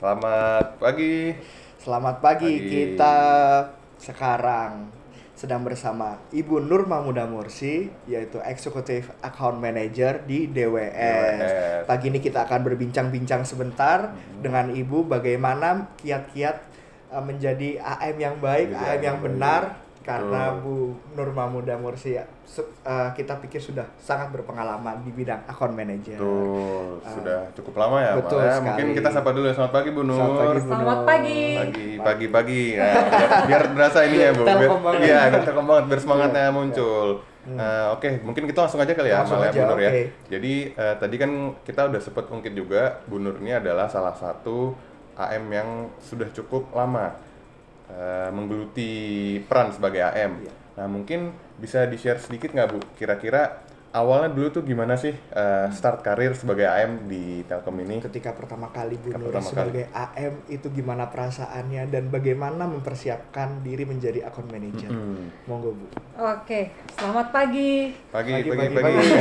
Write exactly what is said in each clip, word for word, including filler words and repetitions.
Selamat pagi. Selamat pagi. Pagi. Kita sekarang sedang bersama Ibu Nur Mahmuda Mursi, yaitu Executive Account Manager di D W S. D W S. Pagi ini kita akan berbincang-bincang sebentar hmm. dengan Ibu bagaimana kiat-kiat uh, menjadi A M yang baik, Menjadi A M yang baik. benar. Karena Betul. Bu Nur Mahmuda Mursi uh, kita pikir sudah sangat berpengalaman di bidang account manager. Betul, Uh, sudah cukup lama ya, betul Pak. Ya, sekali. mungkin kita sapa dulu ya. Selamat pagi Bu Nur. Selamat pagi, Bu Selamat Nur. pagi. Pagi, pagi, pagi. Nah, biar, biar berasa ini ya Bu. Biar, Telkom banget. iya, biar telkom banget, biar semangatnya Iya, muncul. Hmm. Uh, Oke, okay, mungkin kita langsung aja kali ya, Langsung Amal ya, aja, Bu Nur ya. oke. Jadi uh, tadi kan kita udah sempat ungkit juga, Bu Nur ini adalah salah satu A M yang sudah cukup lama uh, menggeluti peran sebagai A M. Iya. Nah, mungkin bisa di-share sedikit nggak Bu, kira-kira awalnya dulu tuh gimana sih uh, start karir sebagai A M di Telkom ini? Ketika pertama kali Bu Ketika Nur pertama sebagai A M itu gimana perasaannya dan bagaimana mempersiapkan diri menjadi account manager? Mm-hmm. Monggo Bu. Oke, selamat pagi. Pagi, Pagi, pagi, pagi, pagi. pagi.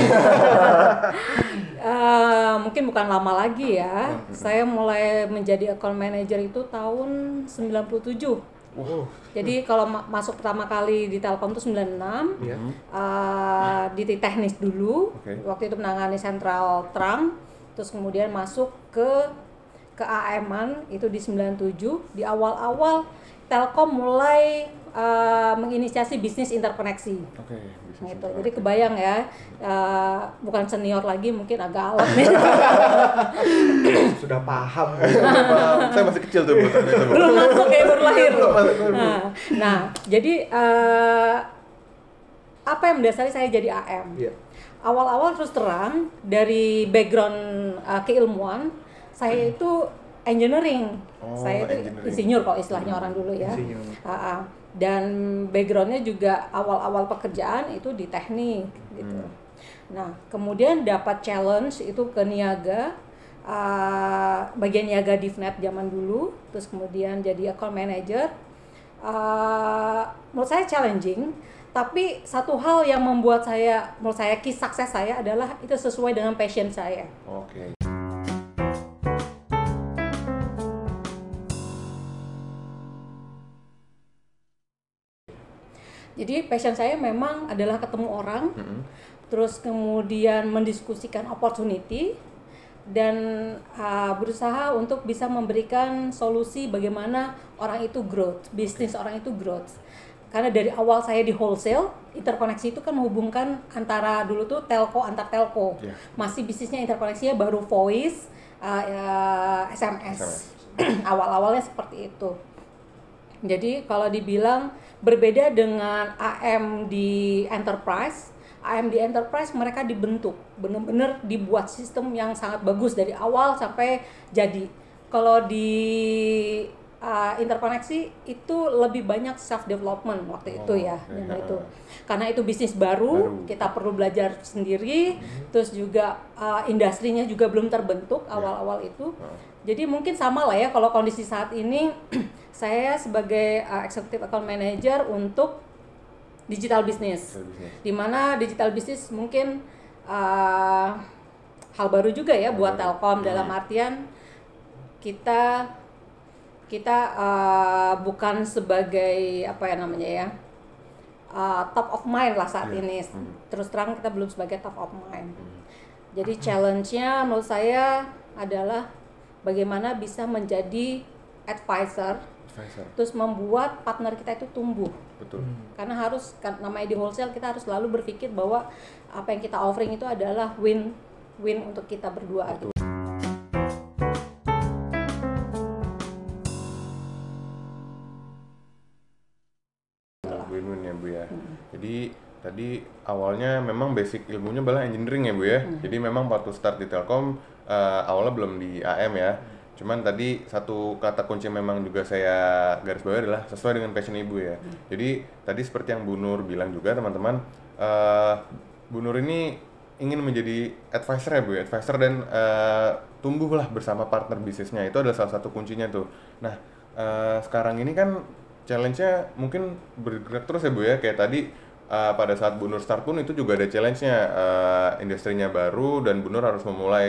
Uh, mungkin bukan lama lagi ya. Saya mulai menjadi account manager itu tahun sembilan puluh tujuh. Wow. Jadi kalau ma- masuk pertama kali di Telkom itu sembilan puluh enam. Iya. Uh, di teknis dulu. Oke. Waktu itu menangani Central Trunk, terus kemudian masuk ke ke A M-an itu di sembilan puluh tujuh. Di awal-awal Telkom mulai uh, menginisiasi bisnis interkoneksi. Oke, bisa Gitu. simpan. Jadi kebayang ya, uh, bukan senior lagi, mungkin agak alat nih. Sudah paham. Saya masih kecil tuh Bu. ternyata, Bu. Belum masuk ya, baru lahir. Belum masuk, belum. Nah, nah, jadi uh, apa yang mendasari saya jadi A M? Iya. Awal-awal terus terang dari background uh, keilmuan, saya itu engineering. Oh, saya itu engineering. insinyur kalau istilahnya orang dulu ya. Insinyur. Uh, uh. Dan backgroundnya juga awal-awal pekerjaan itu di teknik gitu. Hmm. Nah, kemudian dapat challenge itu ke niaga, uh, bagian niaga Divnet zaman dulu, terus kemudian jadi account manager. Uh, menurut saya challenging, tapi satu hal yang membuat saya, menurut saya key sukses saya adalah itu sesuai dengan passion saya. Oke. Jadi passion saya memang adalah ketemu orang, Mm-hmm. terus kemudian mendiskusikan opportunity dan uh, berusaha untuk bisa memberikan solusi bagaimana orang itu growth, bisnis orang itu growth. Karena dari awal saya di wholesale, interkoneksi itu kan menghubungkan antara dulu tuh telco antar telco. Yeah. Masih bisnisnya interkoneksinya baru voice, uh, uh, S M S. S M S. Awal-awalnya seperti itu. Jadi kalau dibilang berbeda dengan A M di enterprise, A M di enterprise mereka dibentuk, benar-benar dibuat sistem yang sangat bagus dari awal sampai jadi. Kalau di uh, interkoneksi itu lebih banyak self development waktu Oh, itu ya, oke. dan itu. Karena itu bisnis baru, Baru. kita perlu belajar sendiri, hmm. terus juga uh, industrinya juga belum terbentuk awal-awal itu. Oh. Jadi mungkin sama lah ya kalau kondisi saat ini saya sebagai uh, executive account manager untuk digital business, Digital business. di mana digital business mungkin uh, hal baru juga ya Hal buat baru. Telkom dalam Hmm. artian kita kita uh, bukan sebagai apa ya namanya ya uh, top of mind lah saat Yeah. ini. Hmm. Terus terang kita belum sebagai top of mind. Hmm. Jadi challenge-nya menurut saya adalah bagaimana bisa menjadi advisor, Advisor. terus membuat partner kita itu tumbuh. Betul. Karena harus, kan namanya di wholesale kita harus selalu berpikir bahwa apa yang kita offering itu adalah win-win untuk kita berdua. Betul. Gitu. Win-win ya Bu ya. Jadi tadi awalnya memang basic ilmunya adalah engineering ya Bu ya. Jadi memang waktu start di Telkom uh, awalnya belum di A M ya. Cuman tadi satu kata kunci memang juga saya garis bawahi adalah sesuai dengan passion Ibu ya. Jadi tadi seperti yang Bu Nur bilang juga teman-teman, uh, Bu Nur ini ingin menjadi advisor ya Bu ya, advisor dan uh, tumbuhlah bersama partner bisnisnya. Itu adalah salah satu kuncinya tuh. Nah, uh, sekarang ini kan challenge-nya mungkin bergerak terus ya Bu ya, kayak tadi uh, pada saat Bu Nur start pun itu juga ada challenge-nya, uh, industrinya baru dan Bu Nur harus memulai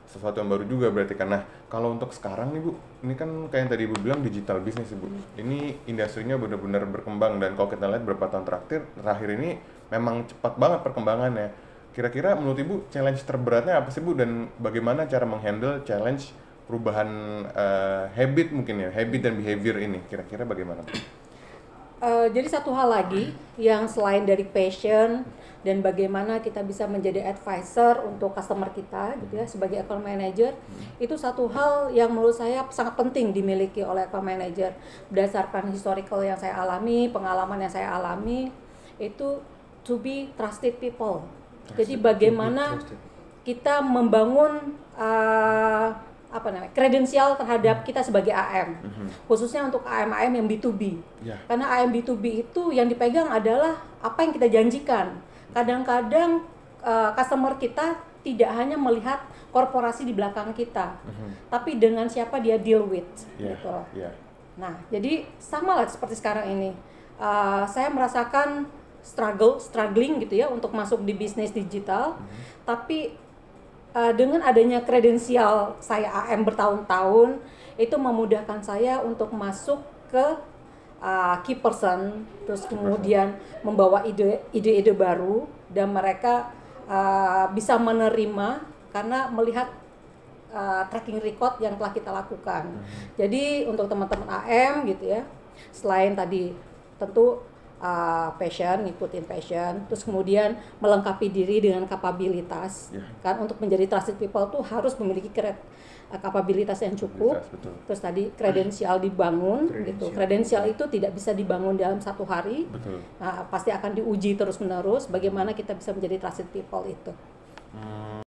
sesuatu yang baru juga berarti kan. Nah, kalau untuk sekarang nih Bu, ini kan kayak yang tadi Ibu bilang digital business Ibu. Ini industrinya benar-benar berkembang dan kalau kita lihat beberapa tahun terakhir terakhir ini memang cepat banget perkembangannya. Kira-kira menurut Ibu challenge terberatnya apa sih Bu dan bagaimana cara menghandle challenge perubahan uh, habit mungkin ya, habit dan behavior ini kira-kira bagaimana Bu? Uh, jadi satu hal lagi yang selain dari passion dan bagaimana kita bisa menjadi advisor untuk customer kita gitu ya sebagai account manager, hmm. itu satu hal yang menurut saya sangat penting dimiliki oleh account manager berdasarkan historical yang saya alami, pengalaman yang saya alami itu to be trusted people. Trusted, jadi bagaimana kita membangun uh, apa namanya kredensial terhadap kita sebagai A M, mm-hmm. khususnya untuk A M-A M yang B to B. Yeah. Karena A M B to B itu yang dipegang adalah apa yang kita janjikan. Kadang-kadang uh, customer kita tidak hanya melihat korporasi di belakang kita, mm-hmm. tapi dengan siapa dia deal with. Yeah. Gitu. Yeah. Nah, jadi sama lah seperti sekarang ini. Uh, saya merasakan struggle, struggling gitu ya untuk masuk di bisnis digital, mm-hmm. tapi Uh, dengan adanya kredensial saya A M bertahun-tahun itu memudahkan saya untuk masuk ke uh, key person, terus kemudian membawa ide, ide-ide baru dan mereka uh, bisa menerima karena melihat uh, tracking record yang telah kita lakukan. Hmm. Jadi untuk teman-teman A M gitu ya, selain tadi tentu Uh, passion, ngikutin passion, terus kemudian melengkapi diri dengan kapabilitas, yeah. kan untuk menjadi trusted people tuh harus memiliki kred, uh, kapabilitas yang cukup, betul. Terus tadi kredensial dibangun, kredensial. gitu, kredensial itu tidak bisa dibangun dalam satu hari, betul. Nah, pasti akan diuji terus menerus, bagaimana kita bisa menjadi trusted people itu. Hmm.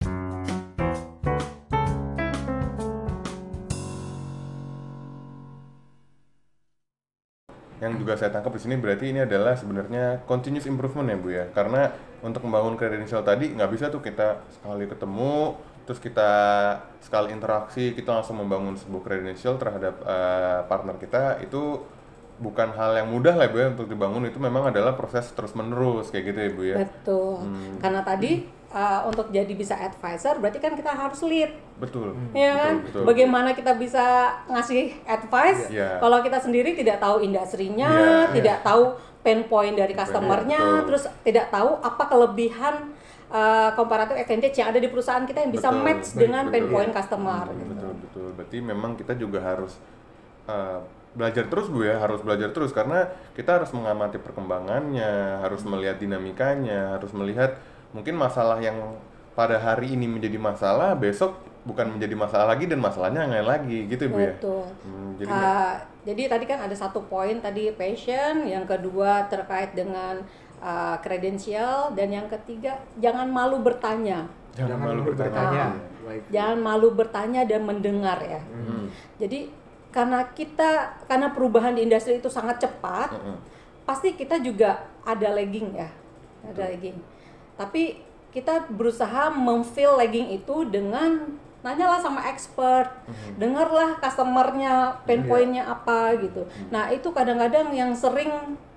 Yang juga saya tangkap di sini berarti ini adalah sebenarnya continuous improvement ya Bu ya, karena untuk membangun kredensial tadi nggak bisa tuh kita sekali ketemu terus kita sekali interaksi kita langsung membangun sebuah kredensial terhadap uh, partner kita, itu bukan hal yang mudah lah Bu ya untuk dibangun, itu memang adalah proses terus menerus kayak gitu ya Bu ya. Betul, hmm. karena tadi Uh, untuk jadi bisa advisor berarti kan kita harus lead. Betul. Ya betul, kan? Betul. Bagaimana kita bisa ngasih advice yeah. kalau kita sendiri tidak tahu industrinya, yeah, tidak yeah. tahu pain point dari customernya, terus tidak tahu apa kelebihan uh, comparative advantage yang ada di perusahaan kita yang bisa betul, match baik, dengan betul, pain point yeah. customer. Hmm, gitu. Betul betul. Berarti memang kita juga harus uh, belajar terus Bu ya, harus belajar terus karena kita harus mengamati perkembangannya, harus melihat dinamikanya, harus melihat mungkin masalah yang pada hari ini menjadi masalah, besok bukan menjadi masalah lagi dan masalahnya yang lain lagi, gitu Bu ya. Betul. Hmm, jadi, uh, jadi tadi kan ada satu poin tadi passion, yang kedua terkait dengan kredensial, uh, dan yang ketiga jangan malu bertanya. Jangan, jangan malu bertanya. Uh, jangan malu bertanya dan mendengar ya. Hmm. Jadi karena kita karena perubahan di industri itu sangat cepat, hmm. pasti kita juga ada lagging ya, ada Betul. lagging. Tapi kita berusaha memfill lagging itu dengan nanyalah sama expert, mm-hmm. dengarlah customernya, pain point-nya yeah. apa gitu. Mm-hmm. Nah itu kadang-kadang yang sering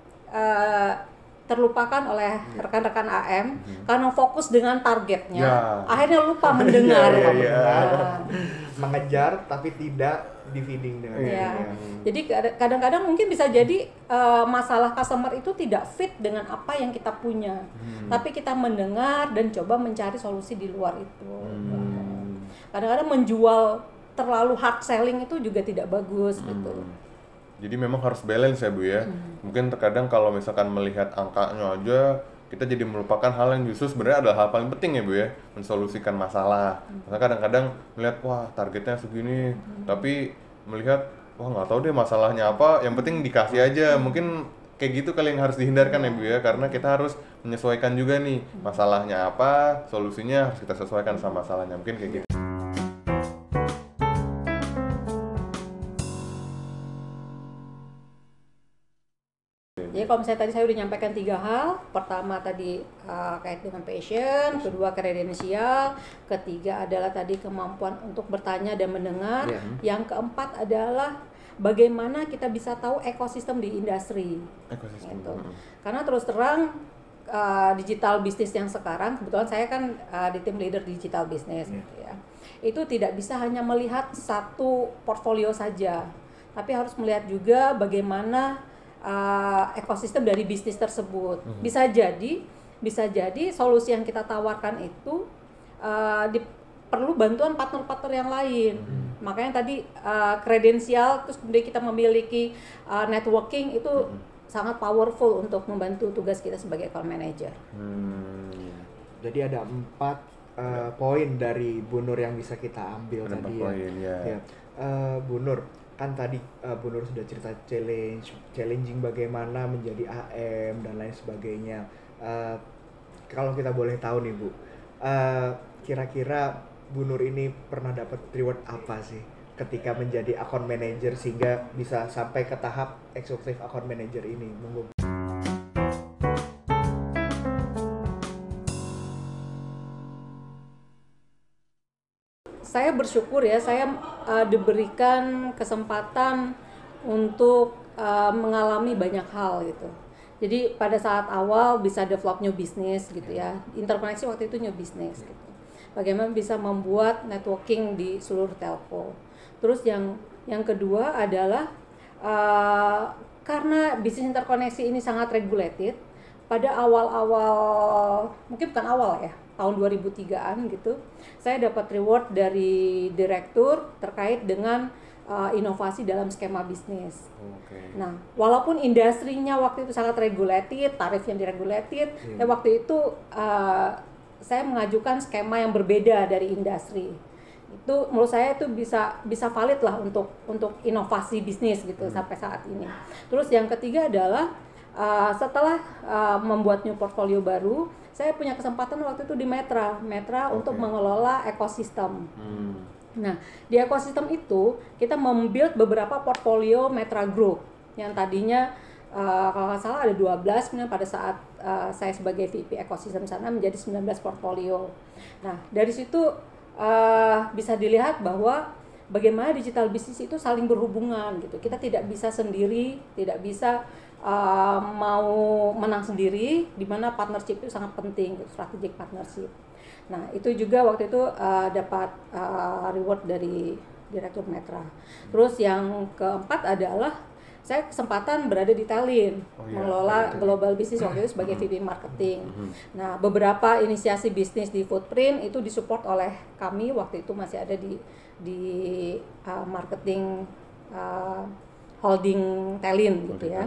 uh, terlupakan oleh yeah. rekan-rekan A M mm-hmm. karena fokus dengan targetnya, yeah. akhirnya lupa mendengar. yeah, yeah, yeah. Mengejar tapi tidak di-feeding dengan ya. Jadi kadang-kadang mungkin bisa jadi uh, masalah customer itu tidak fit dengan apa yang kita punya, hmm. tapi kita mendengar dan coba mencari solusi di luar itu. Hmm. Kadang-kadang menjual terlalu hard selling itu juga tidak bagus hmm. gitu. Jadi memang harus balance ya Bu ya. Hmm. Mungkin terkadang kalau misalkan melihat angkanya aja kita jadi melupakan hal yang justru sebenarnya adalah hal paling penting ya Bu ya, mensolusikan masalah. Karena kadang-kadang melihat wah targetnya segini, hmm. tapi melihat wah nggak tahu deh masalahnya apa, yang penting dikasih aja. Mungkin kayak gitu kali yang harus dihindarkan ya Bu ya, karena kita harus menyesuaikan juga nih masalahnya apa, solusinya harus kita sesuaikan sama masalahnya, mungkin kayak gitu. Jadi kalau misalnya tadi saya udah nyampaikan tiga hal, pertama tadi uh, kait dengan passion, kedua kredensial, ketiga adalah tadi kemampuan untuk bertanya dan mendengar, yeah. yang keempat adalah bagaimana kita bisa tahu ekosistem di industri. Ekosistem. Gitu. Karena terus terang uh, digital bisnis yang sekarang, kebetulan saya kan uh, di tim leader digital bisnis, yeah. gitu ya. Itu tidak bisa hanya melihat satu portfolio saja, tapi harus melihat juga bagaimana uh, ekosistem dari bisnis tersebut. Mm-hmm. Bisa jadi, bisa jadi solusi yang kita tawarkan itu uh, di, perlu bantuan partner-partner yang lain. Mm-hmm. Makanya tadi uh, kredensial, terus kemudian kita memiliki uh, networking itu mm-hmm. sangat powerful untuk membantu tugas kita sebagai account manager. Hmm. Jadi ada empat uh, poin dari Bu Nur yang bisa kita ambil ada tadi ya. Poin, ya. ya. Uh, Bu Nur, kan tadi uh, Bu Nur sudah cerita challenge, challenging bagaimana menjadi A M dan lain sebagainya. Uh, kalau kita boleh tahu nih Bu, uh, kira-kira Bu Nur ini pernah dapat reward apa sih ketika menjadi account manager sehingga bisa sampai ke tahap executive account manager ini? Monggo. Saya bersyukur ya, saya uh, diberikan kesempatan untuk uh, mengalami banyak hal gitu. Jadi pada saat awal bisa develop new business gitu ya. Interkoneksi waktu itu new business gitu. Bagaimana bisa membuat networking di seluruh telco. Terus yang yang kedua adalah uh, karena bisnis interkoneksi ini sangat regulated, pada awal-awal, mungkin bukan awal ya, tahun dua ribu tigaan gitu, saya dapat reward dari direktur terkait dengan uh, inovasi dalam skema bisnis. Okay. Nah, walaupun industrinya waktu itu sangat regulated, tarifnya diregulated, hmm. dan waktu itu uh, saya mengajukan skema yang berbeda dari industri. Itu menurut saya itu bisa bisa valid lah untuk untuk inovasi bisnis gitu hmm. sampai saat ini. Terus yang ketiga adalah uh, setelah uh, membuat new portfolio baru, saya punya kesempatan waktu itu di Metra, Metra okay. untuk mengelola ekosistem. Hmm. Nah, di ekosistem itu kita membuild beberapa portfolio Metra Group yang tadinya uh, kalau nggak salah ada dua belas, kemudian pada saat uh, saya sebagai V P ekosistem sana menjadi sembilan belas portfolio. Nah, dari situ Uh, bisa dilihat bahwa bagaimana digital bisnis itu saling berhubungan gitu. Kita tidak bisa sendiri, tidak bisa uh, mau menang sendiri, di mana partnership itu sangat penting, gitu, strategic partnership. Nah, itu juga waktu itu uh, dapat uh, reward dari Direktur Metra. Terus yang keempat adalah saya kesempatan berada di Telin, oh, iya. mengelola iya, global bisnis waktu itu sebagai V P marketing. Nah, beberapa inisiasi bisnis di Footprint itu disupport oleh kami waktu itu masih ada di di uh, marketing uh, holding Telin gitu ya.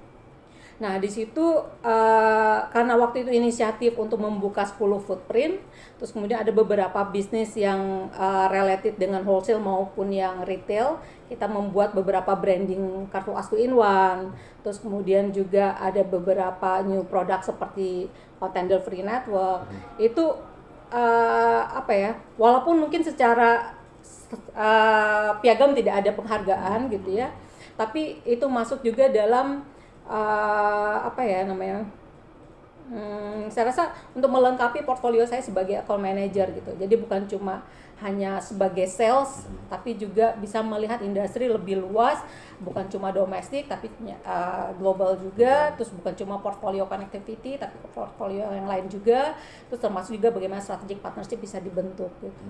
Nah, di situ uh, karena waktu itu inisiatif untuk membuka sepuluh footprint, terus kemudian ada beberapa bisnis yang uh, related dengan wholesale maupun yang retail, kita membuat beberapa branding kartu as two in one, terus kemudian juga ada beberapa new product seperti Contender Free Network. Hmm. Itu uh, apa ya, walaupun mungkin secara uh, piagam tidak ada penghargaan gitu ya, tapi itu masuk juga dalam Uh, apa ya namanya hmm, saya rasa untuk melengkapi portfolio saya sebagai account manager gitu. Jadi bukan cuma hanya sebagai sales, hmm. tapi juga bisa melihat industri lebih luas, bukan cuma domestik tapi uh, global juga. Terus bukan cuma portfolio connectivity tapi portfolio yang lain juga. Terus termasuk juga bagaimana strategic partnership bisa dibentuk gitu.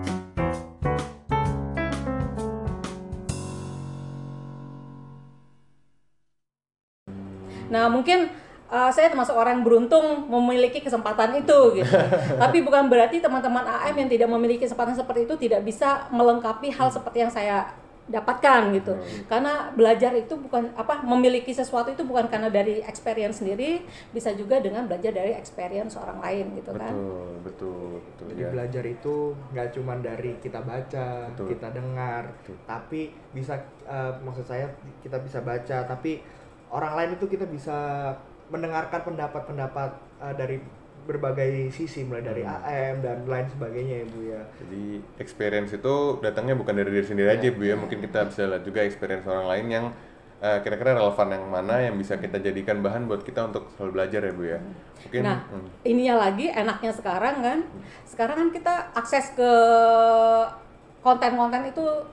Nah, mungkin uh, saya termasuk orang beruntung memiliki kesempatan itu gitu. Tapi bukan berarti teman-teman A M yang tidak memiliki kesempatan seperti itu tidak bisa melengkapi hal seperti yang saya dapatkan gitu. Hmm. Karena belajar itu bukan apa memiliki sesuatu itu bukan karena dari experience sendiri, bisa juga dengan belajar dari experience orang lain gitu kan. Betul, betul, betul. Jadi ya. Belajar itu nggak cuma dari kita baca, betul. Kita dengar, betul. Tapi bisa uh, maksud saya kita bisa baca, tapi orang lain itu kita bisa mendengarkan pendapat-pendapat uh, dari berbagai sisi, mulai dari hmm. A M dan lain sebagainya ya Bu ya. Jadi experience itu datangnya bukan dari diri sendiri ya, aja Bu ya, mungkin kita bisa lihat juga experience orang lain yang uh, kira-kira relevan yang mana yang bisa kita jadikan bahan buat kita untuk selalu belajar ya Bu ya. Mungkin, nah hmm. ininya lagi enaknya sekarang kan, sekarang kan kita akses ke konten-konten itu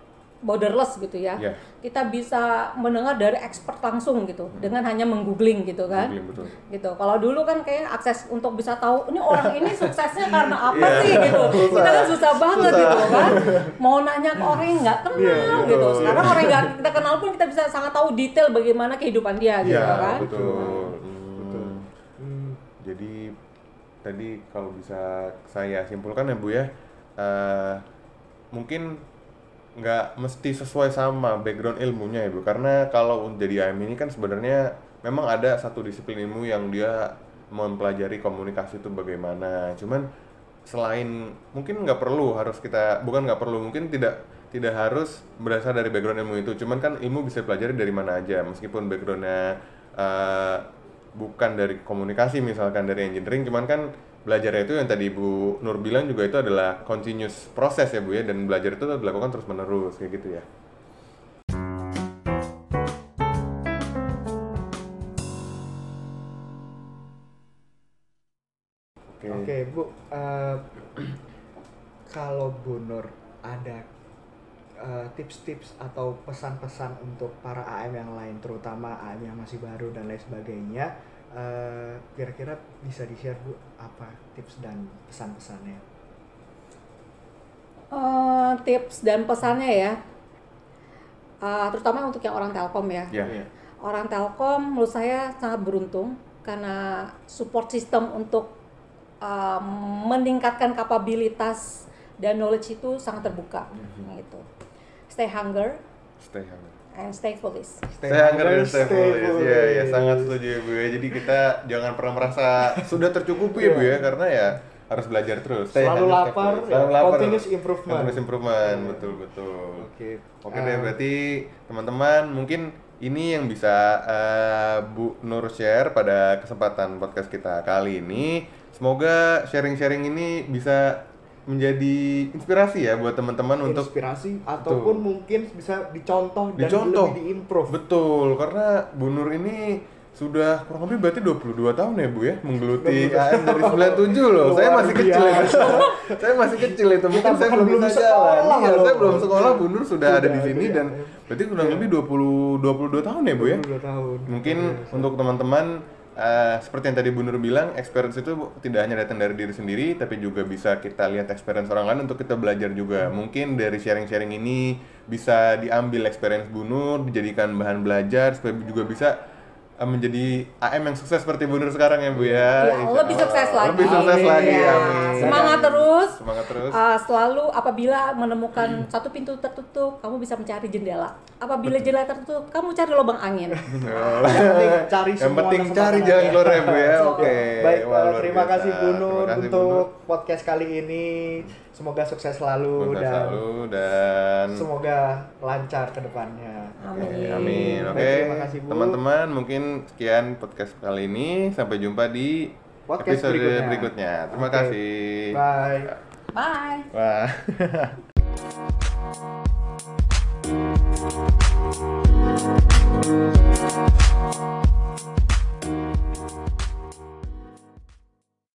borderless gitu ya. Yeah. Kita bisa mendengar dari expert langsung gitu hmm. dengan hanya menggoogling gitu kan. Googling, betul. Gitu. Kalau dulu kan kayak akses untuk bisa tahu ini orang ini suksesnya karena apa yeah. sih gitu. Kita kan susah banget susah. gitu kan. Mau nanya ke orang yang nggak kenal yeah, gitu. Sekarang orang yang nggak kita kenal pun kita bisa sangat tahu detail bagaimana kehidupan dia gitu yeah, kan. Betul. Hmm. Betul. Hmm. Jadi tadi kalau bisa saya simpulkan ya Bu ya, uh, mungkin nggak mesti sesuai sama background ilmunya ya Bu, karena kalau jadi A M ini kan sebenarnya memang ada satu disiplin ilmu yang dia mempelajari komunikasi itu bagaimana. Cuman selain mungkin nggak perlu harus kita bukan nggak perlu mungkin tidak tidak harus berasal dari background ilmu itu. Cuman kan ilmu bisa pelajari dari mana aja, meskipun backgroundnya uh, bukan dari komunikasi misalkan dari engineering, cuman kan belajarnya itu yang tadi Bu Nur bilang juga itu adalah continuous proses ya Bu ya, dan belajar itu dilakukan terus menerus kayak gitu ya. Oke okay. okay, Bu, uh, kalau Bu Nur ada uh, tips-tips atau pesan-pesan untuk para A M yang lain, terutama A M yang masih baru dan lain sebagainya, Uh, kira-kira bisa di-share Bu apa tips dan pesan-pesannya? Uh, tips dan pesannya ya, uh, terutama untuk yang orang Telkom ya. Yeah, yeah. Orang Telkom menurut saya sangat beruntung karena support system untuk uh, meningkatkan kapabilitas dan knowledge itu sangat terbuka. Mm-hmm. Gitu. Stay hunger. Stay hunger. And stay foolish. Stay, stay hungry and stay foolish. Ya, ya sangat setuju ya Bu ya. Jadi kita jangan pernah merasa sudah tercukupi ya Bu ya, karena ya harus belajar terus. Stay selalu lapar, selalu lapar. Continuous improvement. Continuous improvement, yeah. betul betul. Oke. Okay. Oke okay, uh, deh, berarti teman-teman mungkin ini yang bisa uh, Bu Nur share pada kesempatan podcast kita kali ini. Semoga sharing-sharing ini bisa menjadi inspirasi ya buat teman-teman untuk inspirasi ataupun betul. Mungkin bisa dicontoh dan dicontoh. lebih diimprove. Betul, karena Bu Nur ini sudah kurang lebih berarti dua puluh dua tahun ya Bu ya menggeluti A M dari sembilan puluh tujuh loh. Saya masih kecil itu. Saya masih kecil itu. Mungkin saya belum bisa jalan. Iya, saya belum sekolah, Bu Nur sudah ada di sini dan berarti kurang lebih dua puluh dua tahun ya Bu ya. dua puluh dua tahun. Mungkin untuk teman-teman Uh, seperti yang tadi Bu Nur bilang, experience itu tidak hanya datang dari diri sendiri, tapi juga bisa kita lihat experience orang lain untuk kita belajar juga. Hmm. Mungkin dari sharing-sharing ini bisa diambil experience Bu Nur, dijadikan bahan belajar supaya juga bisa uh, menjadi A M yang sukses seperti Bu Nur sekarang ya Bu ya. Ya, lebih sukses lagi. Lebih sukses amin. lagi, ya. amin. Semangat terus. Semangat terus. Uh, selalu apabila menemukan hmm. satu pintu tertutup, kamu bisa mencari jendela. Apabila jendela tertutup, kamu cari lubang angin. Oh. Yang penting cari semua. Yang penting cari jalan keluar ya Bu ya. Oke. Okay. Baik, Wah, terima kasih Bu Nur kasih, untuk Bu Nur. podcast kali ini. Semoga sukses selalu sukses dan selalu dan semoga lancar ke depannya. Amin. Okay, amin. Oke. Okay. Terima kasih Bu. Teman-teman, mungkin sekian podcast kali ini. Sampai jumpa di podcast episode berikutnya. berikutnya. Terima okay. kasih. Bye. Bye. Wah. Thank you.